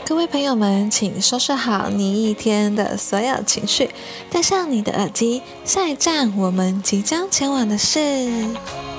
各位朋友们，请收拾好你一天的所有情绪，戴上你的耳机，下一站我们即将前往的是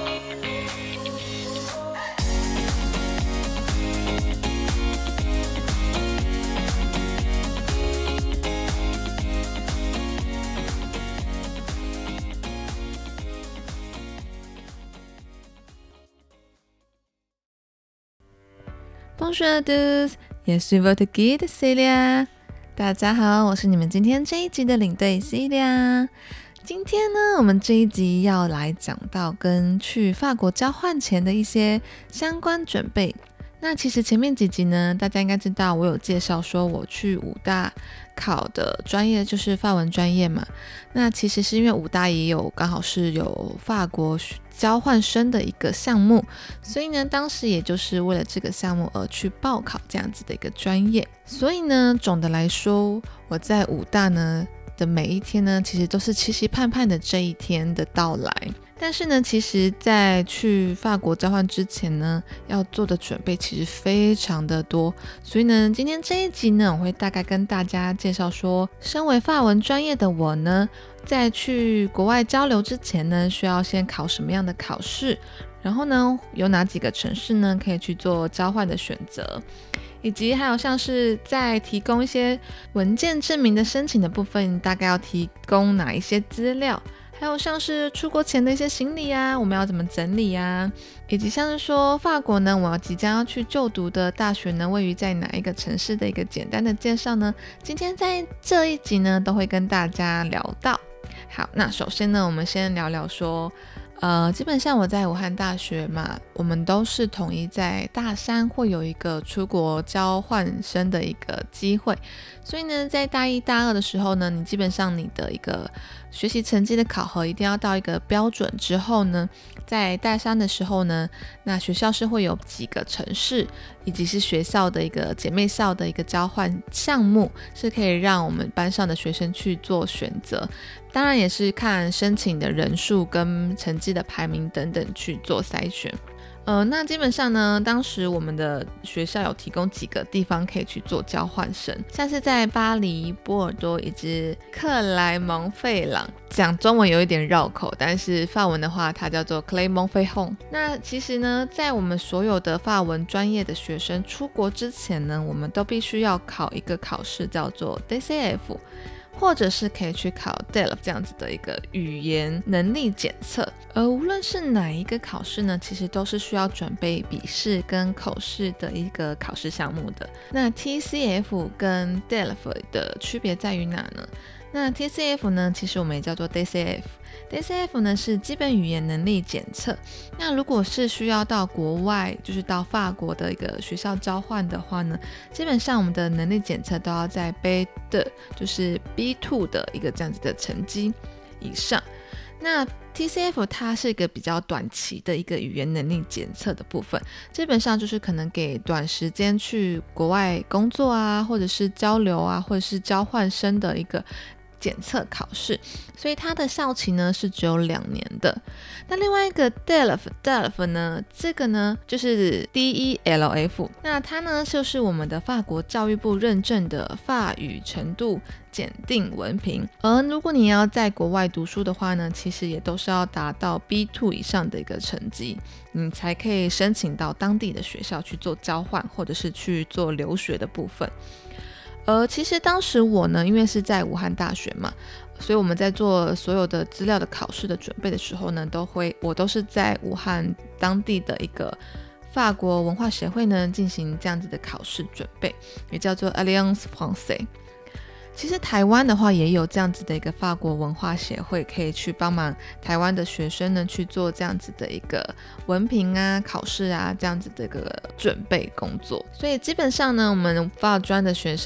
Bonjour à tous, je suis votre guide Celia。大家好，我是你们今天这一集的领队 Celia。今天呢，我们这一集要来讲到跟去法国交换前的一些相关准备。那其实前面几集呢，大家应该知道我有介绍说我去武大考的专业就是法文专业嘛。那其实是因为武大也有刚好是有法国交换生的一个项目，所以呢当时也就是为了这个项目而去报考这样子的一个专业。所以呢总的来说，我在武大呢的每一天呢，其实都是期期盼盼的这一天的到来。但是呢，其实在去法国交换之前呢，要做的准备其实非常的多。所以呢，今天这一集呢，我会大概跟大家介绍说，身为法文专业的我呢，在去国外交流之前呢，需要先考什么样的考试，然后呢，有哪几个城市呢，可以去做交换的选择。以及还有像是在提供一些文件证明的申请的部分，大概要提供哪一些资料，还有像是出国前的一些行李啊，我们要怎么整理啊，以及像是说法国呢，我即将要去就读的大学呢，位于在哪一个城市的一个简单的介绍呢，今天在这一集呢都会跟大家聊到。好，那首先呢，我们先聊聊说基本上我在武汉大学嘛，我们都是统一在大三会有一个出国交换生的一个机会，所以呢，在大一大二的时候呢，你基本上你的一个学习成绩的考核一定要到一个标准之后呢，在大三的时候呢，那学校是会有几个城市以及是学校的一个姐妹校的一个交换项目，是可以让我们班上的学生去做选择，当然也是看申请的人数跟成绩的排名等等去做筛选。那基本上呢，当时我们的学校有提供几个地方可以去做交换生，像是在巴黎、波尔多以及克莱蒙费朗，讲中文有一点绕口，但是法文的话它叫做 Clermont-Ferrand。 那其实呢，在我们所有的法文专业的学生出国之前呢，我们都必须要考一个考试叫做 DCF，或者是可以去考 DELF 这样子的一个语言能力检测。而无论是哪一个考试呢，其实都是需要准备笔试跟口试的一个考试项目的。那 TCF 跟 DELF 的区别在于哪呢？那 TCF 呢，其实我们也叫做 DCF。DCF 呢是基本语言能力检测。那如果是需要到国外，就是到法国的一个学校交换的话呢，基本上我们的能力检测都要在 B 的，就是 B2 的一个这样子的成绩以上。那 TCF 它是一个比较短期的一个语言能力检测的部分，基本上就是可能给短时间去国外工作啊，或者是交流啊，或者是交换生的一个检测考试，所以它的校期呢是只有2年的。那另外一个 DELF 呢，这个呢就是 DELF， 那它呢就是我们的法国教育部认证的法语程度检定文凭。而如果你要在国外读书的话呢，其实也都是要达到 B2 以上的一个成绩，你才可以申请到当地的学校去做交换，或者是去做留学的部分。其实当时我呢，因为是在武汉大学嘛，所以我们在做所有的资料的考试的准备的时候呢，我都是在武汉当地的一个法国文化协会呢进行这样子的考试准备，也叫做 Alliance Française。其实台湾的话也有这样子的一个法国文化协会，可以去帮忙台湾的学生呢去做这样子的一个文凭啊、考试啊这样子的一个准备工作。所以基本上呢，我们法专的学生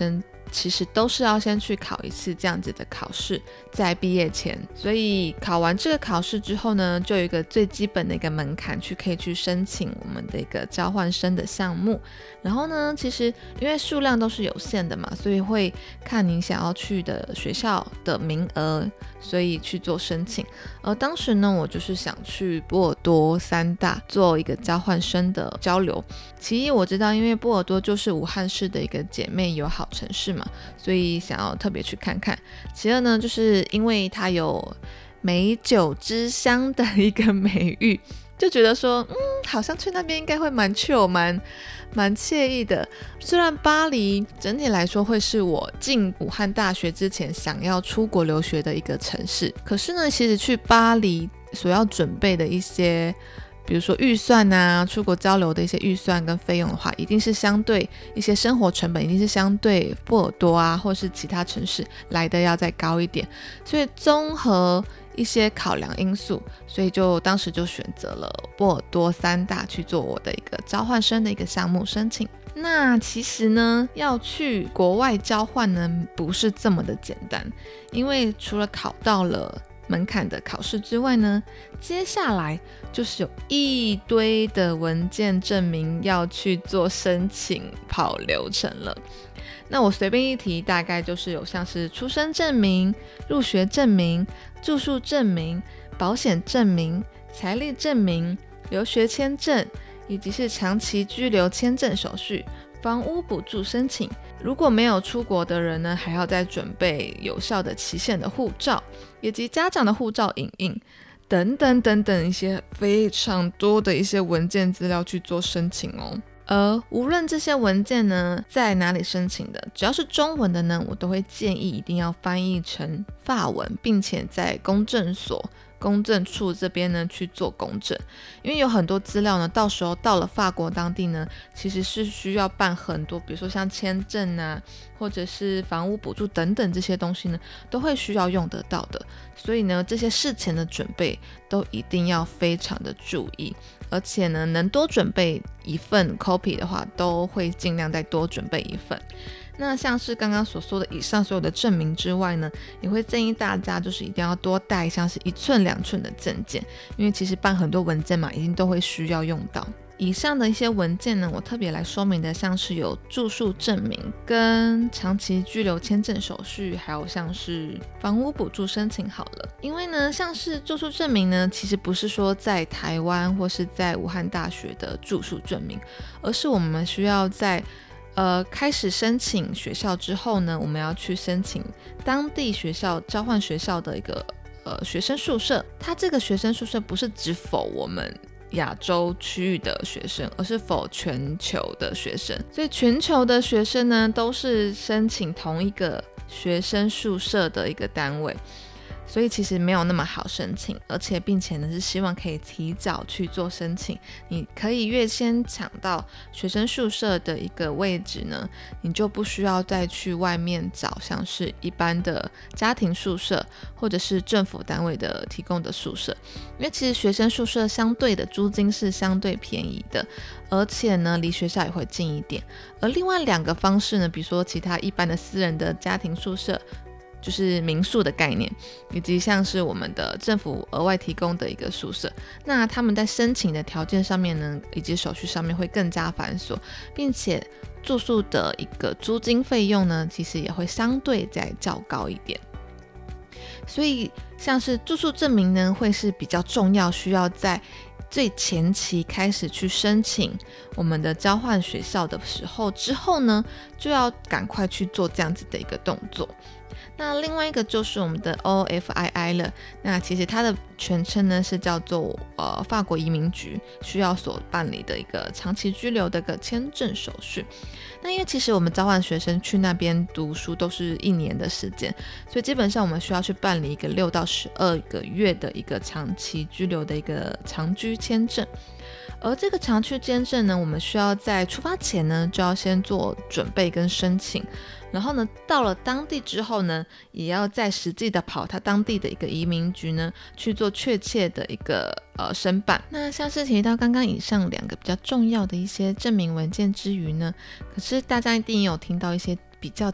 其实都是要先去考一次这样子的考试，在毕业前。所以考完这个考试之后呢，就有一个最基本的一个门槛可以去申请我们的一个交换生的项目。然后呢，其实因为数量都是有限的嘛，所以会看你想要去的学校的名额，所以去做申请。而当时呢，我就是想去波尔多三大做一个交换生的交流。其一我知道，因为波尔多就是武汉市的一个姐妹友好城市嘛，所以想要特别去看看。其二呢，就是因为它有美酒之乡的一个美誉，就觉得说好像去那边应该会蛮 chill 蛮惬意的。虽然巴黎整体来说会是我进武汉大学之前想要出国留学的一个城市，可是呢，其实去巴黎所要准备的一些比如说预算啊，出国交流的一些预算跟费用的话，一定是相对一些生活成本一定是相对波尔多啊或是其他城市来的要再高一点，所以综合一些考量因素，所以当时就选择了波尔多三大去做我的一个交换生的一个项目申请。那其实呢，要去国外交换呢不是这么的简单，因为除了考到了门槛的考试之外呢，接下来就是有一堆的文件证明要去做申请跑流程了。那我随便一提，大概就是有像是出生证明、入学证明、住宿证明、保险证明、财力证明、留学签证，以及是长期居留签证手续、房屋补助申请。如果没有出国的人呢，还要再准备有效的期限的护照，以及家长的护照影印等等等等一些非常多的一些文件资料去做申请哦。而无论这些文件呢在哪里申请的，只要是中文的呢，我都会建议一定要翻译成法文，并且在公证所公证处这边呢去做公证。因为有很多资料呢，到时候到了法国当地呢，其实是需要办很多，比如说像签证啊，或者是房屋补助等等这些东西呢，都会需要用得到的。所以呢，这些事前的准备都一定要非常的注意，而且呢，能多准备一份 copy 的话，都会尽量再多准备一份。那像是刚刚所说的以上所有的证明之外呢，也会建议大家就是一定要多带像是1寸2寸的证件，因为其实办很多文件嘛，一定都会需要用到。以上的一些文件呢，我特别来说明的像是有住宿证明跟长期居留签证手续，还有像是房屋补助申请好了。因为呢，像是住宿证明呢，其实不是说在台湾或是在武汉大学的住宿证明，而是我们需要在开始申请学校之后呢，我们要去申请当地学校交换学校的一个学生宿舍。它这个学生宿舍不是只否我们亚洲区域的学生，而是否全球的学生。所以全球的学生呢，都是申请同一个学生宿舍的一个单位。所以其实没有那么好申请，而且并且呢是希望可以提早去做申请。你可以越先抢到学生宿舍的一个位置呢，你就不需要再去外面找像是一般的家庭宿舍或者是政府单位的提供的宿舍，因为其实学生宿舍相对的租金是相对便宜的，而且呢离学校也会近一点。而另外2个方式呢，比如说其他一般的私人的家庭宿舍，就是民宿的概念，以及像是我们的政府额外提供的一个宿舍，那他们在申请的条件上面呢，以及手续上面会更加繁琐，并且住宿的一个租金费用呢，其实也会相对再较高一点。所以像是住宿证明呢，会是比较重要，需要在最前期开始去申请我们的交换学校的时候，之后呢，就要赶快去做这样子的一个动作。那另外一个就是我们的 OFII 了，那其实它的全称呢是叫做法国移民局需要所办理的一个长期居留的一个签证手续。那因为其实我们交换学生去那边读书都是1年的时间，所以基本上我们需要去办理一个6到12个月的一个长期居留的一个长居签证。而这个长居签证呢，我们需要在出发前呢就要先做准备跟申请，然后呢到了当地之后呢，也要再实际的跑他当地的一个移民局呢去做确切的一个申办。那像是提到刚刚以上2个比较重要的一些证明文件之余呢，可是大家一定有听到一些比较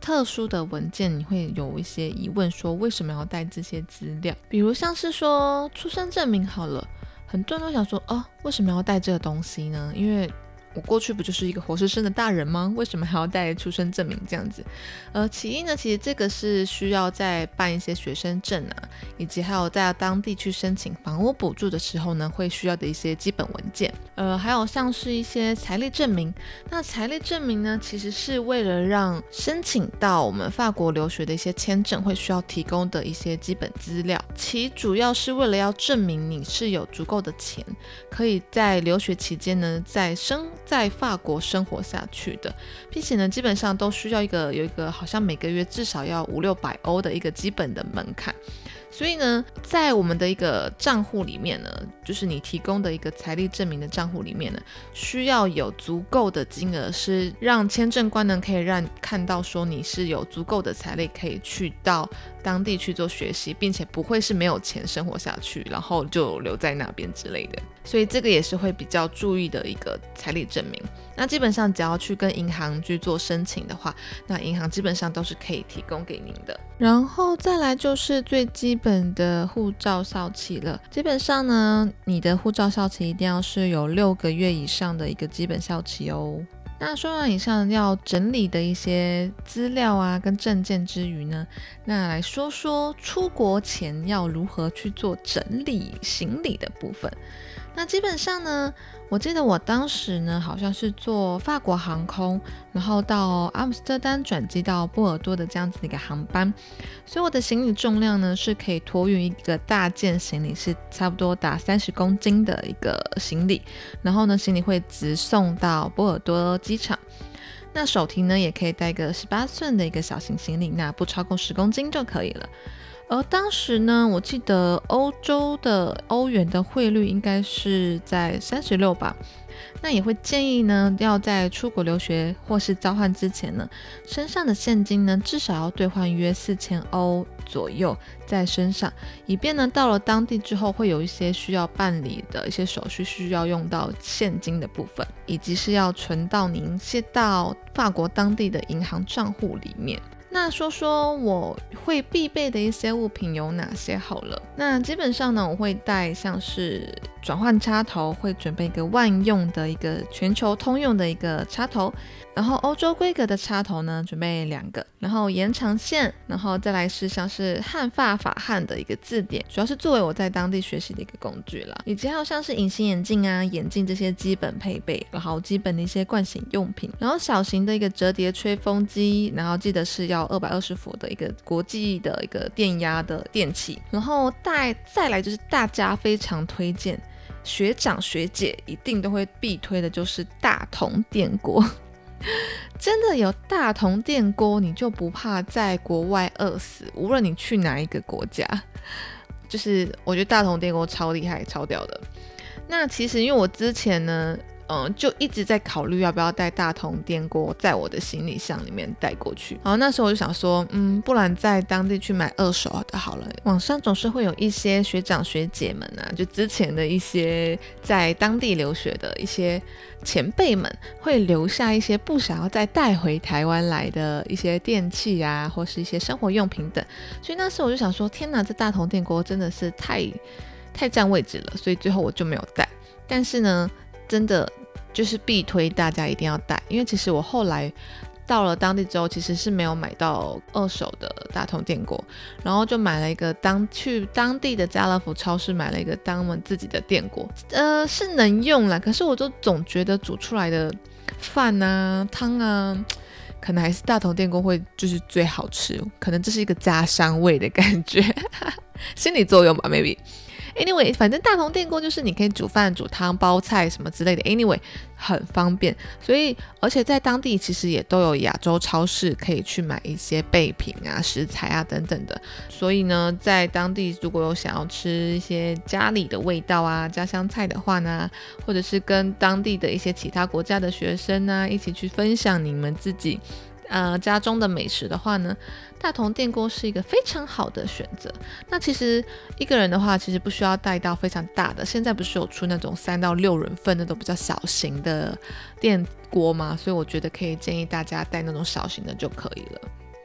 特殊的文件，你会有一些疑问，说为什么要带这些资料？比如像是说出生证明好了，很多人都想说，为什么要带这个东西呢？因为我过去不就是一个活生生的大人吗？为什么还要带出生证明这样子？起因呢，其实这个是需要在办一些学生证啊，以及还有在当地去申请房屋补助的时候呢，会需要的一些基本文件。还有像是一些财力证明。那财力证明呢，其实是为了让申请到我们法国留学的一些签证会需要提供的一些基本资料，其主要是为了要证明你是有足够的钱，可以在留学期间呢，在法国生活下去的，并且呢，基本上都需要有一个好像每个月至少要500-600欧的一个基本的门槛。所以呢，在我们的一个账户里面呢，就是你提供的一个财力证明的账户里面呢，需要有足够的金额，是让签证官呢可以看到说你是有足够的财力可以去到当地去做学习，并且不会是没有钱生活下去，然后就留在那边之类的。所以这个也是会比较注意的一个财力证明。那基本上只要去跟银行去做申请的话，那银行基本上都是可以提供给您的。然后再来就是最基本的护照效期了。基本上呢，你的护照效期一定要是有6个月以上的一个基本效期哦。那说完以上要整理的一些资料啊跟证件之余呢，那来说说出国前要如何去做整理行李的部分。那基本上呢，我记得我当时呢好像是坐法国航空，然后到阿姆斯特丹转机到波尔多的这样子的一个航班，所以我的行李重量呢是可以托运一个大件行李，是差不多达30公斤的一个行李，然后呢行李会直送到波尔多机场。那手提呢也可以带个18寸的一个小型行李，那不超过10公斤就可以了。而当时呢，我记得欧洲的欧元的汇率应该是在36吧。那也会建议呢，要在出国留学或是交换之前呢，身上的现金呢至少要兑换约4000欧左右在身上，以便呢到了当地之后会有一些需要办理的一些手续需要用到现金的部分，以及是要存到您到法国当地的银行账户里面。那说说我会必备的一些物品有哪些好了。那基本上呢，我会带像是转换插头，会准备一个万用的一个全球通用的一个插头，然后欧洲规格的插头呢准备2个，然后延长线，然后再来是像是汉法法汉的一个字典，主要是作为我在当地学习的一个工具啦，以及还有像是隐形眼镜啊、眼镜这些基本配备，然后基本的一些盥洗用品，然后小型的一个折叠吹风机，然后记得是要220伏的一个国际的一个电压的电器，然后再来就是大家非常推荐，学长学姐一定都会必推的，就是大同电锅。真的有大同电锅，你就不怕在国外饿死，无论你去哪一个国家。就是我觉得大同电锅超厉害超屌的。那其实因为我之前呢就一直在考虑要不要带大同电锅在我的行李箱里面带过去。然后那时候我就想说不然在当地去买2手的好了。网上总是会有一些学长学姐们啊，就之前的一些在当地留学的一些前辈们，会留下一些不想要再带回台湾来的一些电器啊，或是一些生活用品等。所以那时候我就想说，天哪，这大同电锅真的是太占位置了，所以最后我就没有带。但是呢，真的就是必推，大家一定要带。因为其实我后来到了当地之后，其实是没有买到2手的大同电锅，然后就买了一个去当地的家乐福超市买了一个当我们自己的电锅。是能用啦，可是我就总觉得煮出来的饭啊汤啊，可能还是大同电锅会就是最好吃，可能这是一个家乡味的感觉心理作用吧 maybe。Anyway， 反正大同电锅就是你可以煮饭、煮汤、煲菜什么之类的 ，Anyway 很方便。所以而且在当地其实也都有亚洲超市可以去买一些备品啊、食材啊等等的。所以呢，在当地如果有想要吃一些家里的味道啊、家乡菜的话呢，或者是跟当地的一些其他国家的学生啊一起去分享你们自己家中的美食的话呢，大同电锅是一个非常好的选择。那其实一个人的话，其实不需要带到非常大的，现在不是有出那种3到6人份那种比较小型的电锅吗？所以我觉得可以建议大家带那种小型的就可以了。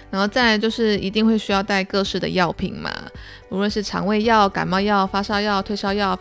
然后再来就是一定会需要带各式的药品嘛，无论是肠胃药、感冒药、发烧药、退烧药、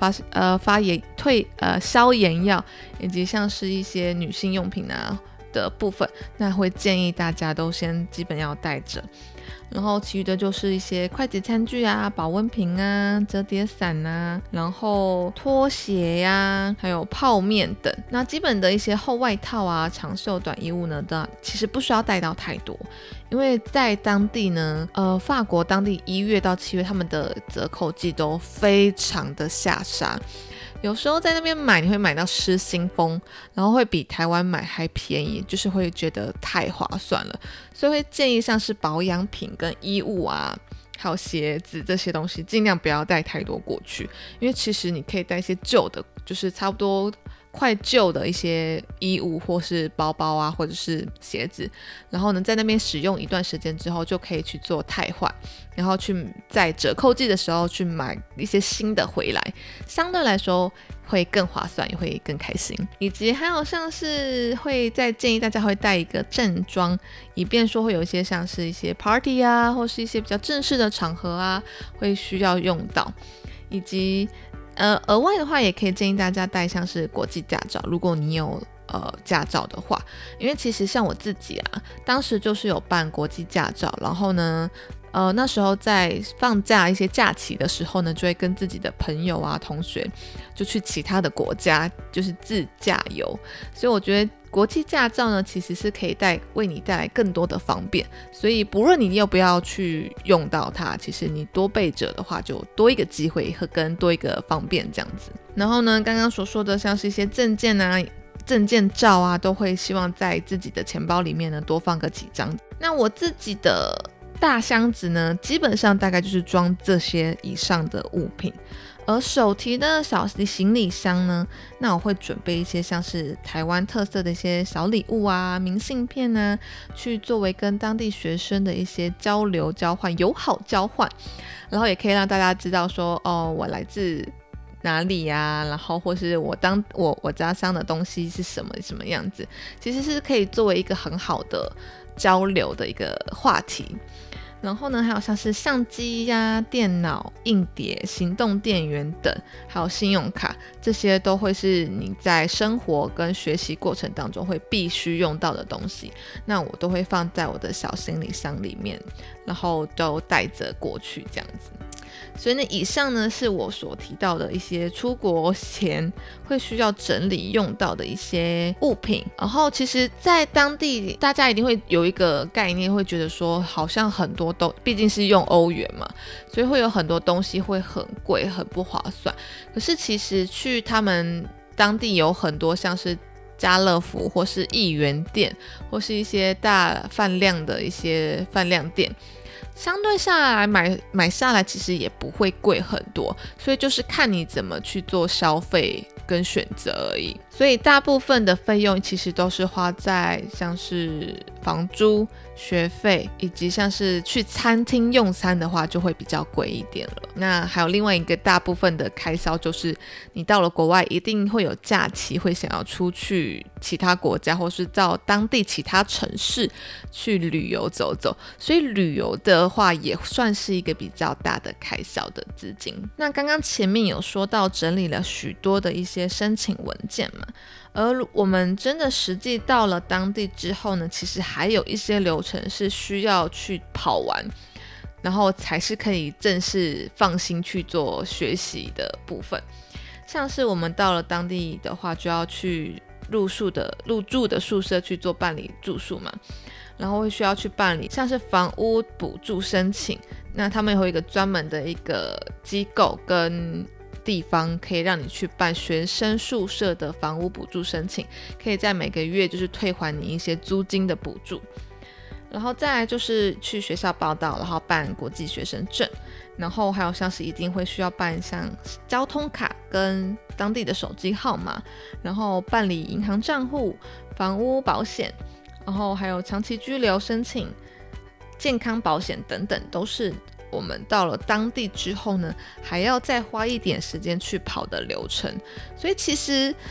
消炎药，以及像是一些女性用品啊的部分，那会建议大家都先基本要带着。然后其余的就是一些快捷餐具啊、保温瓶啊、折叠伞啊，然后拖鞋呀、还有泡面等。那基本的一些厚外套啊、长袖短衣物呢，其实不需要带到太多，因为在当地呢，法国当地1月到7月他们的折扣季都非常的下杀。有时候在那边买，你会买到失心疯，然后会比台湾买还便宜，就是会觉得太划算了，所以会建议像是保养品跟衣物啊，还有鞋子这些东西，尽量不要带太多过去，因为其实你可以带一些旧的，就是差不多快旧的一些衣物或是包包啊，或者是鞋子，然后呢在那边使用一段时间之后就可以去做汰换，然后去在折扣季的时候去买一些新的回来，相对来说会更划算，也会更开心。以及还有像是会再建议大家会带一个正装，以便说会有一些像是一些 party 啊，或是一些比较正式的场合啊会需要用到。以及额外的话也可以建议大家带像是国际驾照，如果你有驾照的话，因为其实像我自己啊，当时就是有办国际驾照，然后呢那时候在放假一些假期的时候呢，就会跟自己的朋友啊同学就去其他的国家就是自驾游，所以我觉得国际驾照呢其实是可以为你带来更多的方便，所以不论你要不要去用到它，其实你多备着的话就多一个机会和跟多一个方便这样子。然后呢刚刚所说的像是一些证件啊、证件照啊，都会希望在自己的钱包里面呢多放个几张。那我自己的大箱子呢基本上大概就是装这些以上的物品，而手提的小行李箱呢，那我会准备一些像是台湾特色的一些小礼物啊、明信片啊，去作为跟当地学生的一些交流交换、友好交换，然后也可以让大家知道说我来自哪里啊，然后或是我家乡的东西是什么样子，其实是可以作为一个很好的交流的一个话题。然后呢还有像是相机呀、电脑、硬碟、行动电源等，还有信用卡，这些都会是你在生活跟学习过程当中会必须用到的东西，那我都会放在我的小行李箱里面，然后都带着过去这样子。所以呢以上呢是我所提到的一些出国前会需要整理用到的一些物品。然后其实在当地大家一定会有一个概念，会觉得说好像很多都毕竟是用欧元嘛，所以会有很多东西会很贵很不划算，可是其实去他们当地有很多像是家乐福或是1元店或是一些大饭量的一些饭量店，相对下来买下来其实也不会贵很多，所以就是看你怎么去做消费跟选择而已。所以大部分的费用其实都是花在像是房租、学费，以及像是去餐厅用餐的话就会比较贵一点了。那还有另外一个大部分的开销，就是你到了国外一定会有假期，会想要出去其他国家或是到当地其他城市去旅游走走，所以旅游的话也算是一个比较大的开销的资金。那刚刚前面有说到整理了许多的一些申请文件嘛，而我们真的实际到了当地之后呢，其实还有一些流程是需要去跑完，然后才是可以正式放心去做学习的部分。像是我们到了当地的话，就要去入住的宿舍去做办理住宿嘛，然后会需要去办理像是房屋补助申请，那他们有一个专门的一个机构跟地方可以让你去办学生宿舍的房屋补助申请，可以在每个月就是退还你一些租金的补助。然后再来就是去学校报到，然后办国际学生证，然后还有像是一定会需要办像交通卡跟当地的手机号码，然后办理银行账户、房屋保险，然后还有长期居留申请、健康保险等等，都是我们到了当地之后呢，还要再花一点时间去跑的流程。所以其实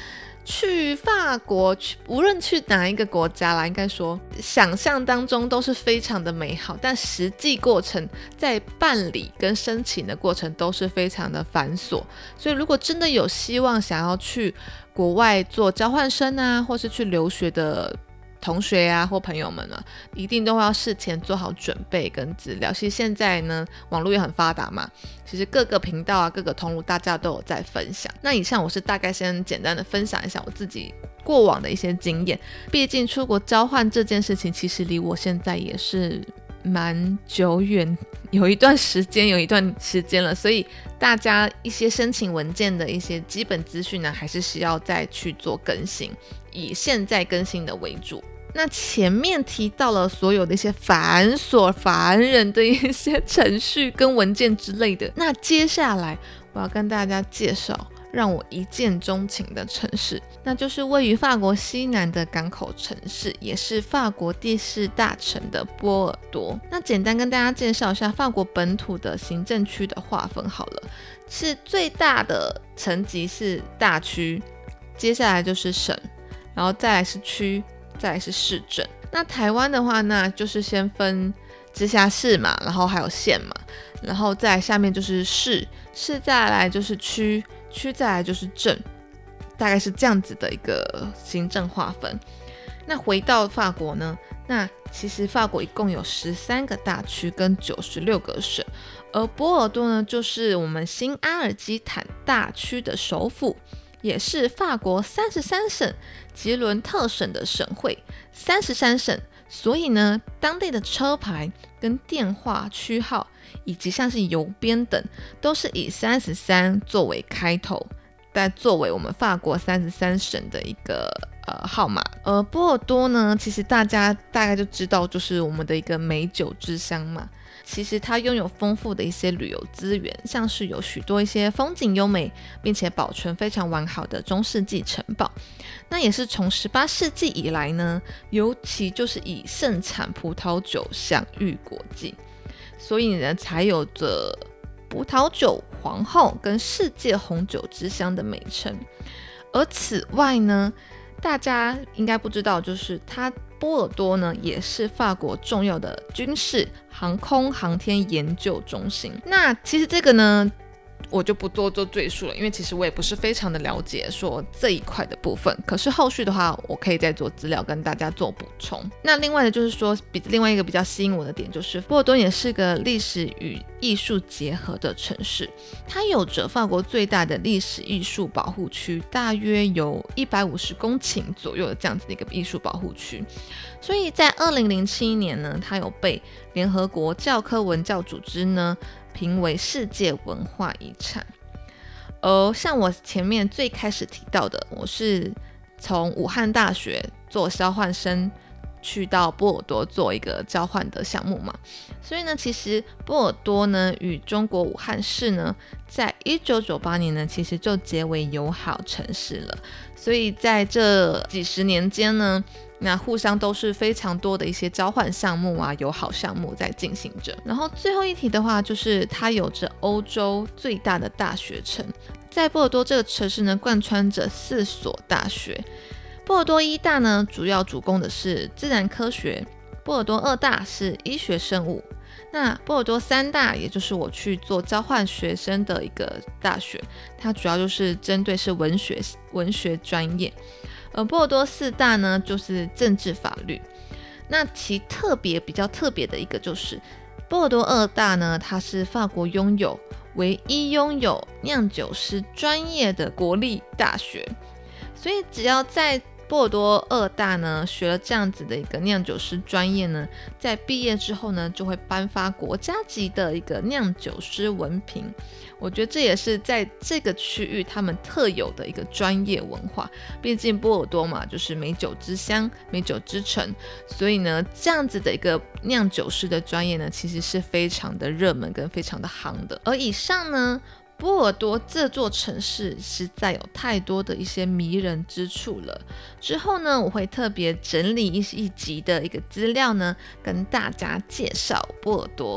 去法国，无论去哪一个国家啦，应该说想象当中都是非常的美好，但实际过程在办理跟申请的过程都是非常的繁琐。所以如果真的有希望想要去国外做交换生啊，或是去留学的同学啊或朋友们啊，一定都会要事前做好准备跟资料。其实现在呢，网络也很发达嘛，其实各个频道啊、各个通路大家都有在分享。那以上我是大概先简单的分享一下我自己过往的一些经验，毕竟出国交换这件事情其实离我现在也是蛮久远，有一段时间了，所以大家一些申请文件的一些基本资讯呢，还是需要再去做更新，以现在更新的为主。那前面提到了所有的一些繁琐烦人的一些程序跟文件之类的，那接下来我要跟大家介绍让我一见钟情的城市，那就是位于法国西南的港口城市，也是法国第4大城的波尔多。那简单跟大家介绍一下法国本土的行政区的划分好了，是最大的层级是大区，接下来就是省，然后再来是区，再来是市镇。那台湾的话，那就是先分直辖市嘛，然后还有县嘛，然后再来下面就是市，市再来就是区，区再来就是镇，大概是这样子的一个行政划分。那回到法国呢，那其实法国一共有13个大区跟96个省，而波尔多呢就是我们新阿尔基坦大区的首府，也是法国33省吉伦特省的省会，33省，所以呢，当地的车牌跟电话区号以及像是邮编等，都是以33作为开头，但作为我们法国33省的一个号码。而波尔多呢，其实大家大概就知道，就是我们的一个美酒之乡嘛。其实它拥有丰富的一些旅游资源，像是有许多一些风景优美并且保存非常完好的中世纪城堡。那也是从18世纪以来呢，尤其就是以盛产葡萄酒享誉国际，所以呢才有着葡萄酒皇后跟世界红酒之乡的美称。而此外呢，大家应该不知道，就是它波尔多呢也是法国重要的军事、航空、航天研究中心。那其实这个呢，我就不多做赘述了，因为其实我也不是非常的了解说这一块的部分，可是后续的话我可以再做资料跟大家做补充。那另外的就是说，另外一个比较吸引我的点就是波尔多也是个历史与艺术结合的城市，它有着法国最大的历史艺术保护区，大约有150公顷左右的这样子的一个艺术保护区，所以在2007年呢，它有被联合国教科文教组织呢评为世界文化遗产。而像我前面最开始提到的，我是从武汉大学做交换生去到波尔多做一个交换的项目嘛，所以呢，其实波尔多呢与中国武汉市呢，在1998年呢，其实就结为友好城市了。所以在这几十年间呢，那互相都是非常多的一些交换项目啊、友好项目在进行着。然后最后一题的话，就是它有着欧洲最大的大学城，在波尔多这个城市呢，贯穿着4所大学。波尔多一大呢，主要主攻的是自然科学；波尔多二大是医学生物；那波尔多三大，也就是我去做交换学生的一个大学，它主要就是针对是文学专业。而波尔多四大呢，就是政治法律。那其比较特别的一个就是波尔多二大呢，它是法国唯一拥有酿酒师专业的国立大学，所以只要在波尔多二大呢学了这样子的一个酿酒师专业呢，在毕业之后呢，就会颁发国家级的一个酿酒师文凭。我觉得这也是在这个区域他们特有的一个专业文化，毕竟波尔多嘛，就是美酒之乡、美酒之城，所以呢，这样子的一个酿酒师的专业呢，其实是非常的热门跟非常的行的。而以上呢，波尔多这座城市实在有太多的一些迷人之处了。之后呢，我会特别整理一集的一个资料呢，跟大家介绍波尔多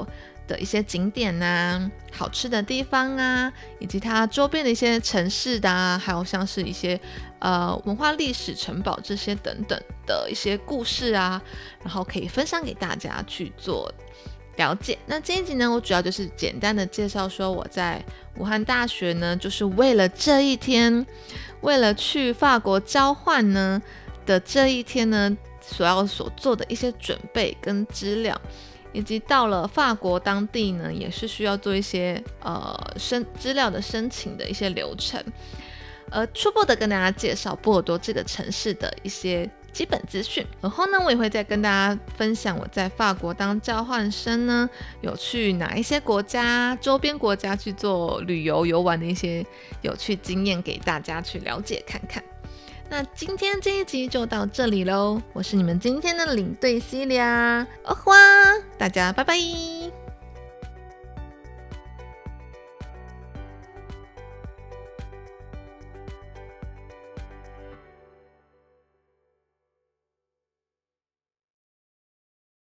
的一些景点啊、好吃的地方啊，以及它周边的一些城市的啊，还有像是一些文化历史城堡这些等等的一些故事啊，然后可以分享给大家去做了解。那这一集呢，我主要就是简单的介绍说我在武汉大学呢，就是为了这一天，为了去法国交换呢的这一天呢，所做的一些准备跟资料，以及到了法国当地呢，也是需要做一些资料的申请的一些流程，初步的跟大家介绍波尔多这个城市的一些基本资讯。然后呢，我也会再跟大家分享我在法国当交换生呢，有去哪一些国家、周边国家去做旅游游玩的一些有趣经验给大家去了解看看。那今天这一集就到这里咯，我是你们今天的领队Celia，大家拜拜。